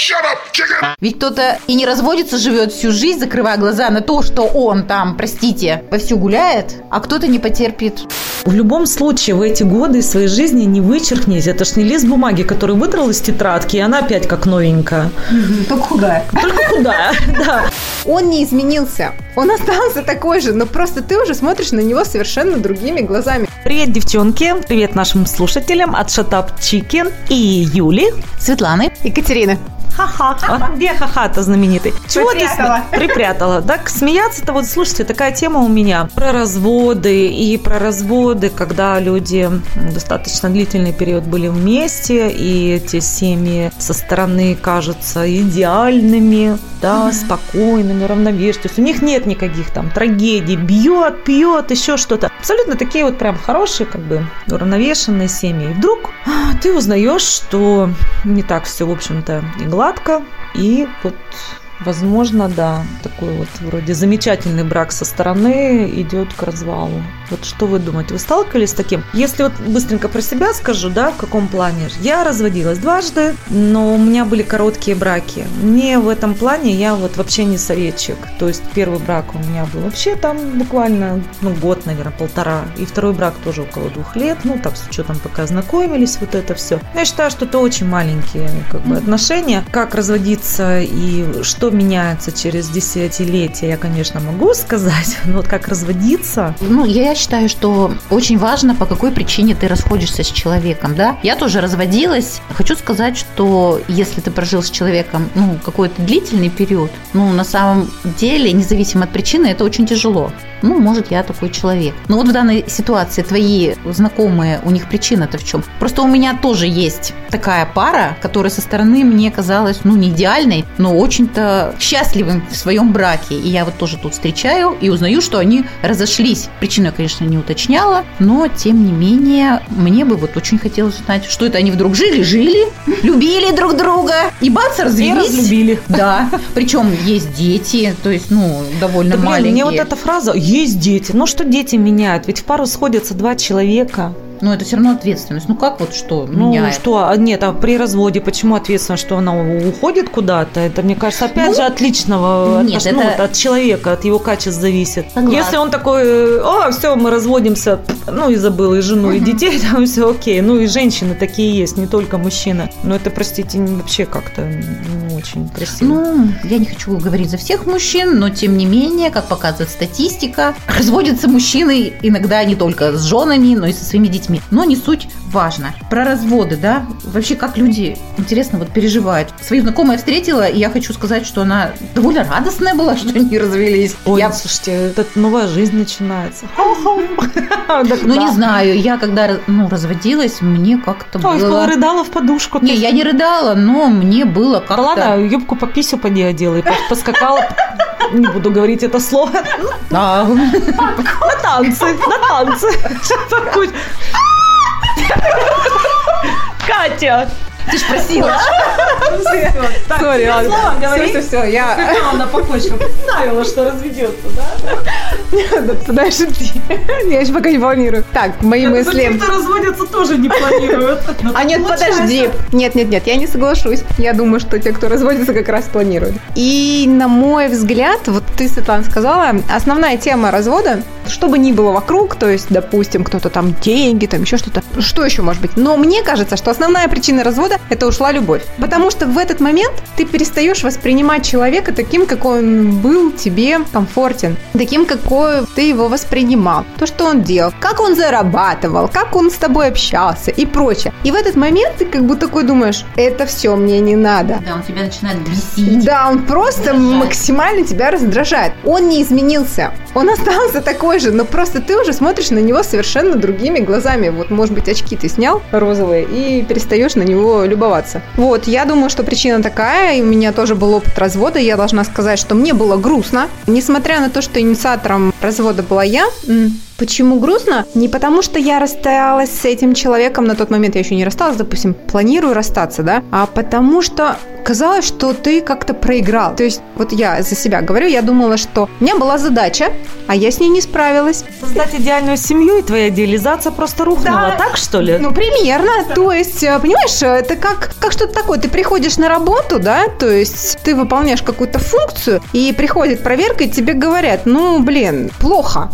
Ведь кто-то и не разводится, живет всю жизнь, закрывая глаза на то, что он там, простите, вовсю гуляет, а кто-то не потерпит. В любом случае, в эти годы своей жизни не вычеркните. Это ж не лист бумаги, который выдрал из тетрадки, и она опять как новенькая. Только худая. Только худая, да. Он не изменился. Он остался такой же, но просто ты уже смотришь на него совершенно другими глазами. Привет, девчонки. Привет нашим слушателям от Shut Up Chicken и Юли, Светланы, Екатерина. Ха-ха. А где ха-ха-то знаменитый? Чего Припрятала. ты припрятала? Так, смеяться-то вот, слушайте, такая тема у меня. Про разводы, когда люди достаточно длительный период были вместе, и эти семьи со стороны кажутся идеальными, да, спокойными, равновешенными. То есть у них нет никаких там трагедий, пьет, еще что-то. Абсолютно такие вот прям хорошие, как бы, уравновешенные семьи. И вдруг ты узнаешь, что не так все, в общем-то, и гладко, и вот, возможно, да, такой вот вроде замечательный брак со стороны идет к развалу. Вот что вы думаете? Вы сталкивались с таким? Если вот быстренько про себя скажу, да, в каком плане? Я разводилась дважды, но у меня были короткие браки. Мне в этом плане я вот вообще не советчик. То есть первый брак у меня был вообще там буквально, год, наверное, полтора. И второй брак тоже около 2 лет. Так, с учетом пока знакомились, вот это все. Я считаю, что это очень маленькие как бы отношения. Как разводиться и что меняется через десятилетия, я, конечно, могу сказать. Но вот как разводиться... Я считаю, что очень важно, по какой причине ты расходишься с человеком, да. Я тоже разводилась. Хочу сказать, что если ты прожил с человеком, какой-то длительный период, на самом деле, независимо от причины, это очень тяжело. Может, я такой человек. Но вот в данной ситуации твои знакомые, у них причина-то в чем? Просто у меня тоже есть такая пара, которая со стороны мне казалась, не идеальной, но очень-то счастливым в своем браке. И я вот тоже тут встречаю и узнаю, что они разошлись. Причину я, конечно, не уточняла, но, тем не менее, мне бы вот очень хотелось узнать, что это они вдруг жили, любили друг друга, и бац, развелись. И разлюбили. Да, причем есть дети, то есть, довольно маленькие. Мне вот эта фраза «есть дети». Что дети меняют? Ведь в пару сходятся 2 человека. Но это все равно ответственность. Как вот что меняет? Нет, а при разводе почему ответственность, что она уходит куда-то? Это, мне кажется, опять же от личного, от человека, от его качеств зависит. Согласна. Если он такой, все, мы разводимся, и забыл и жену, и детей, там все окей. И женщины такие есть, не только мужчины. Но это, простите, вообще как-то не очень красиво. Я не хочу говорить за всех мужчин, но тем не менее, как показывает статистика, разводятся мужчины иногда не только с женами, но и со своими детьми. Но не суть важно. Про разводы, да? Вообще, как люди, интересно, переживают. Свою знакомую встретила, и я хочу сказать, что она довольно радостная была, что они развелись. Слушайте, это новая жизнь начинается. Не знаю, я когда разводилась, мне как-то было... рыдала в подушку. Не, я не рыдала, но мне было как-то... Да ладно, юбку по писю поди одела и поскакала. Не буду говорить это слово. На танцы. Катя! Ты ж просила. Сори, ладно. Все, я... Она по почкам представила, что разведется, да? Подожди. Я еще пока не планирую. Так, мои мысли. Те, кто разводятся, тоже не планируют. Нет, подожди. Нет, я не соглашусь. Я думаю, что те, кто разводится, как раз планируют. И, на мой взгляд, вот ты, Светлана, сказала, основная тема развода, что бы ни было вокруг, то есть, допустим, кто-то там деньги, там еще что-то. Что еще может быть? Но мне кажется, что основная причина развода – это ушла любовь. Потому что в этот момент ты перестаешь воспринимать человека таким, какой он был тебе комфортен, таким, какой ты его воспринимал, то, что он делал, как он зарабатывал, как он с тобой общался и прочее. И в этот момент ты как бы такой думаешь, это все мне не надо. Да, он тебя начинает бесить. Да, он просто максимально тебя раздражает. Он не изменился, он остался такой же, но просто ты уже смотришь на него совершенно другими глазами. Вот, может быть, очки ты снял розовые и перестаешь на него любоваться. Вот, я думаю, что причина такая, и у меня тоже был опыт развода, я должна сказать, что мне было грустно. Несмотря на то, что инициатором развода была я, Почему грустно? Не потому, что я рассталась с этим человеком, на тот момент я еще не рассталась, допустим, планирую расстаться, да, а потому что казалось, что ты как-то проиграл. То есть вот я за себя говорю, я думала, что у меня была задача, а я с ней не справилась. Создать идеальную семью, и твоя идеализация просто рухнула, Да. так что ли? Ну, примерно. То есть, понимаешь, это как что-то такое. Ты приходишь на работу, да, то есть ты выполняешь какую-то функцию, и приходит проверка, и тебе говорят, ну, блин, плохо.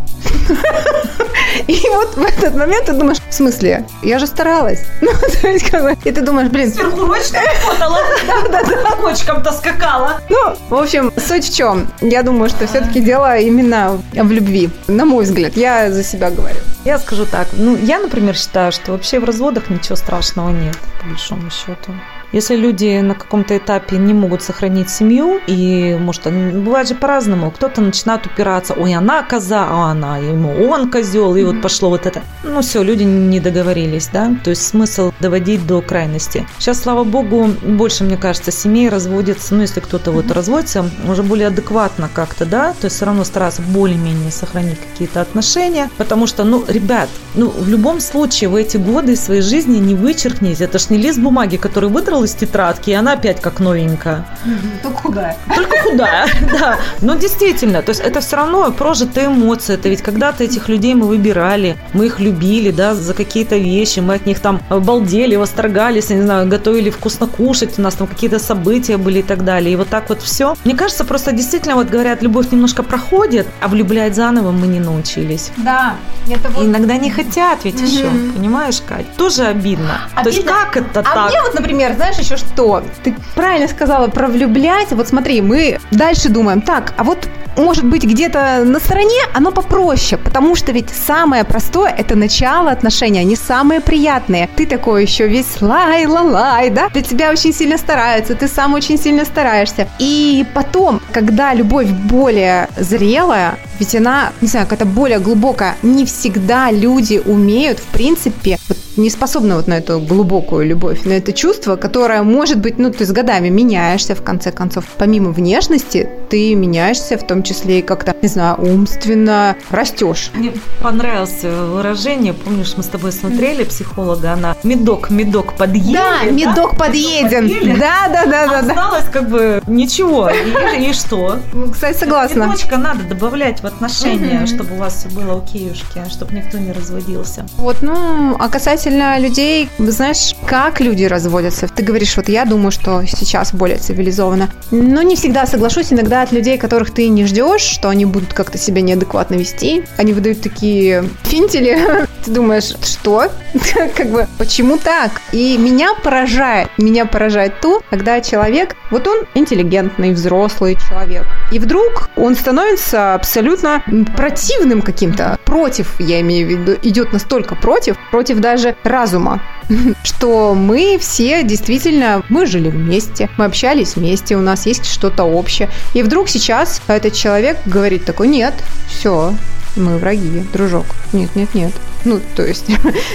И вот в этот момент ты думаешь, в смысле? Я же старалась. Ну, то есть, как бы, и ты думаешь, блин... Сверхурочно работала, кочком-то скакала. Ну, в общем, суть в чем? Я думаю, что все-таки дело именно в любви. На мой взгляд, я за себя говорю. Я скажу так, я, например, считаю, что вообще в разводах ничего страшного нет, по большому счету. Если люди на каком-то этапе не могут сохранить семью, и, может, бывает же по-разному, кто-то начинает упираться, ой, она коза, а она, ему он козел, и вот пошло вот это. Ну, все, люди не договорились, да, то есть смысл доводить до крайности. Сейчас, слава богу, больше, мне кажется, семей разводится, если кто-то вот разводится, уже более адекватно как-то, да, то есть все равно стараться более-менее сохранить какие-то отношения, потому что, ребят, в любом случае вы эти годы своей жизни не вычеркните, это ж не лист бумаги, который выдрал из тетрадки, и она опять как новенькая. Только худая. Только худая, да. Но действительно, то есть это все равно прожитые эмоции. Это ведь когда-то этих людей мы выбирали, мы их любили, да, за какие-то вещи, мы от них там балдели, восторгались, я не знаю, готовили вкусно кушать, у нас там какие-то события были и так далее. И вот так вот все. Мне кажется, просто действительно, вот говорят, любовь немножко проходит, а влюблять заново мы не научились. Да. Это вот... Иногда не хотят ведь еще, понимаешь, Кать? Тоже обидно. То есть как это так? А мне вот, например, знаешь, еще что? Ты правильно сказала про влюблять. Вот смотри, мы дальше думаем, так, а вот может быть где-то на стороне оно попроще, потому что ведь самое простое – это начало отношений, они самые приятные. Ты такой еще весь лай-ла-лай, да? Для тебя очень сильно стараются, ты сам очень сильно стараешься. И потом, когда любовь более зрелая, ведь она, не знаю, какая-то более глубокая, не всегда люди умеют, в принципе, вот не способны вот на эту глубокую любовь, на это чувство, которое, может быть, ты с годами меняешься, в конце концов. Помимо внешности, ты меняешься, в том числе и как-то, не знаю, умственно растешь. Мне понравилось выражение, помнишь, мы с тобой смотрели психолога, она медок подъеден. Да, медок подъеден. Да. Осталось как бы ничего, и что? Кстати, согласна. Медочка надо добавлять в отношения, чтобы у вас все было окейушки, чтобы никто не разводился. Вот, а касательно людей, знаешь, как люди разводятся? Ты говоришь, вот я думаю, что сейчас более цивилизованно. Но не всегда соглашусь. Иногда от людей, которых ты не ждешь, что они будут как-то себя неадекватно вести, они выдают такие финтели. Ты думаешь, что? Как бы, почему так? И меня поражает то, когда человек, вот он интеллигентный, взрослый человек, и вдруг он становится абсолютно противным каким-то, против, я имею в виду, идет настолько против даже разума, что мы все действительно, мы жили вместе, мы общались вместе, у нас есть что-то общее. И вдруг сейчас этот человек говорит такой, нет, все, мы враги, дружок. Нет. То есть,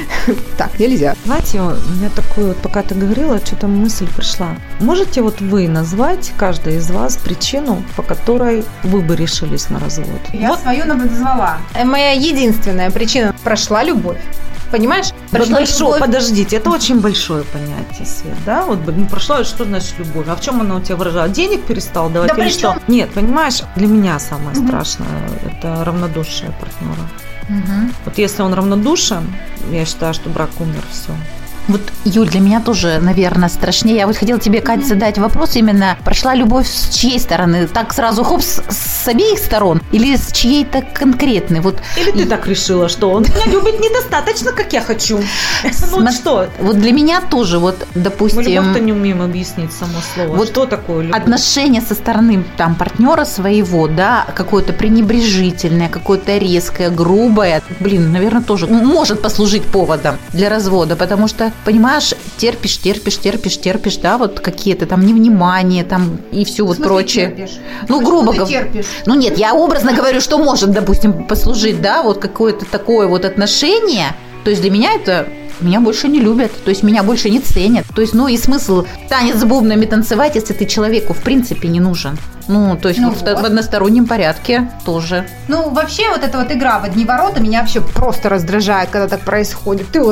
так нельзя. Знаете, у меня такое вот, пока ты говорила, что-то мысль пришла. Можете вот вы назвать, каждый из вас, причину, по которой вы бы решились на развод? Я свою назвала. Моя единственная причина – прошла любовь. Понимаешь? Подождите, это очень большое понятие, Свет, да? Вот прошла, что значит любовь? А в чем она у тебя выражала? Денег перестал давать или что? Нет, понимаешь, для меня самое страшное – это равнодушие партнера. Вот если он равнодушен, я считаю, что брак умер, все. Вот, Юль, для меня тоже, наверное, страшнее. Я вот хотела тебе, Кать, задать вопрос именно, прошла любовь с чьей стороны? Так сразу, хоп, с обеих сторон? Или с чьей-то конкретной? Вот. Или ты так решила, что он меня любит недостаточно, как я хочу? Что? Вот для меня тоже, вот, допустим... Мы любовь-то не умеем объяснить само слово. Вот что такое любовь? Отношения со стороны там партнера своего, да, какое-то пренебрежительное, какое-то резкое, грубое, наверное, тоже может послужить поводом для развода, потому что понимаешь, терпишь, да, вот какие-то там невнимания там и все вот прочее. Терпишь? Грубо говоря. Нет, я образно говорю, что может, допустим, послужить, да, вот какое-то такое вот отношение. То есть для меня это меня больше не любят, то есть меня больше не ценят. То есть, и смысл танец с бубнами танцевать, если ты человеку в принципе не нужен. Ну, то есть в одностороннем порядке тоже. Ну, вообще, вот эта вот игра в одни ворота меня вообще просто раздражает, когда так происходит. Ты вот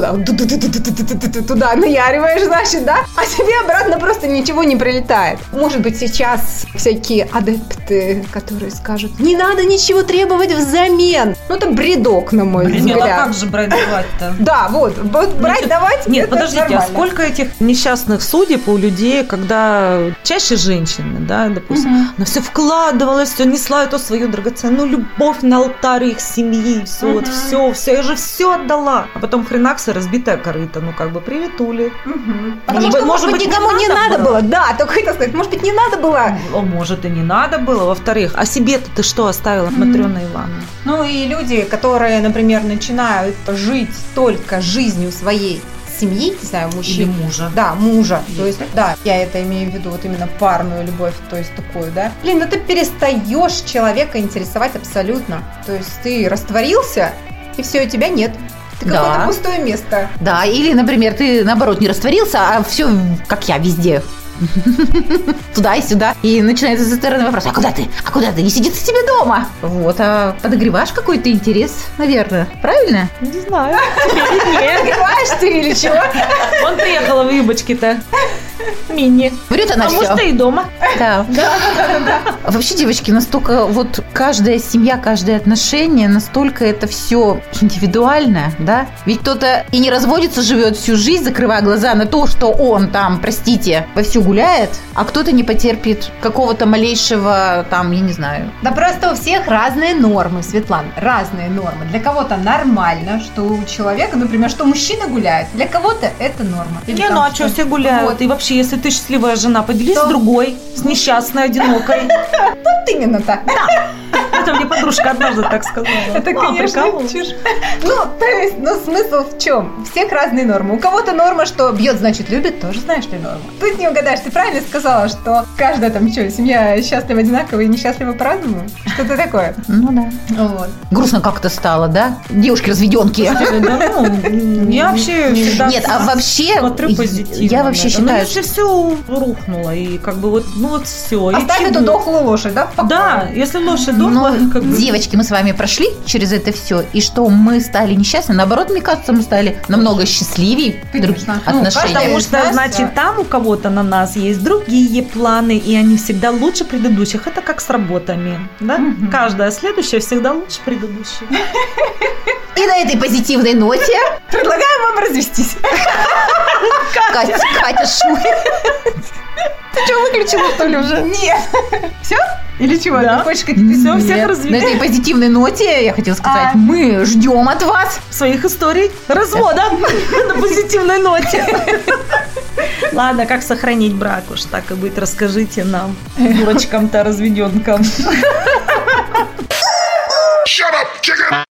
так туда наяриваешь, значит, да? А тебе обратно просто ничего не прилетает. Может быть, сейчас всякие адепты, которые скажут, не надо ничего требовать взамен. Ну, это бредок, на мой взгляд. Нет, а как же брать давать-то? Да, вот брать давать. Нет, подождите, а сколько этих несчастных судеб у людей, когда чаще женщины, да, допустим, она все вкладывалась, все несла эту свою драгоценную любовь на алтарь их семьи, все, вот все, я же все отдала. А потом хренакс и разбитая корыта, ну как бы приветули. Потому что, может быть, никому не надо было. Да, только хотел сказать, может быть, не надо было. Может, и не надо было. Во-вторых, а себе-то ты что оставила, Матрёна Ивановна? Ну и люди, которые, например, начинают жить только жизнью своей семьи, не знаю, мужчин. Или мужа. Да, мужа. То есть, да, я это имею в виду, вот именно парную любовь, то есть такую, да. Блин, ну ты перестаешь человека интересовать абсолютно. То есть ты растворился, и все, и тебя нет. Ты какое-то пустое место. Да, или, например, ты, наоборот, не растворился, а все, как я, везде. Туда и сюда. И начинается со стороны вопрос: а куда ты? А куда ты? Не сидится тебе дома? Вот, а подогреваешь какой-то интерес, наверное. Правильно? Не знаю. Подогреваешь ты или чего? Вон приехала в юбочке-то. Мини. Врет она все. А может, и дома. Да. Вообще, девочки, настолько вот каждая семья, каждое отношение, настолько это все индивидуально, да? Ведь кто-то и не разводится, живет всю жизнь, закрывая глаза на то, что он там, простите, вовсю гуляет, а кто-то не потерпит какого-то малейшего там, я не знаю. Да просто у всех разные нормы, Светлана, разные нормы. Для кого-то нормально, что у человека, например, что мужчина гуляет, для кого-то это норма. Не, ну а что, все гуляют? Вот. И вообще, если ты счастливая жена, поделись с другой, с несчастной, одинокой. Вот именно так. Да. Это мне подружка однажды так сказала. Это, конечно, чушь. Ну, то есть, смысл в чем? У всех разные нормы. У кого-то норма, что бьет, значит, любит, тоже знаешь ли норму. Тут не угадаешь. Ты правильно сказала, что каждая там семья счастлива одинаково и несчастлива по-разному? Что-то такое. Ну да. Вот. Грустно как-то стало, да? Девушки-разведенки. Я вообще всегда... Нет, а вообще... Смотрю позитивно. Я вообще считаю, если все рухнуло, и как бы вот, ну вот все. Оставь эту дохлую лошадь, да? Да, если лошадь дохла... Девочки, мы с вами прошли через это все, и что мы стали несчастны. Наоборот, мне кажется, мы стали намного счастливее в других отношениях. Потому что, значит, там у кого-то на нас есть другие планы, и они всегда лучше предыдущих. Это как с работами, да? Каждая следующая всегда лучше предыдущей. И на этой позитивной ноте предлагаем вам развестись. Катя шутит. Ты что, выключила, что ли, уже? Нет. Все? Или чего? Да. Ты хочешь какие-то... Все, всех развели. На этой позитивной ноте, я хотела сказать, мы ждем от вас своих историй развода на позитивной ноте. Ладно, как сохранить брак, уж так и быть, расскажите нам, дурочкам-то, разведенкам. Shut up!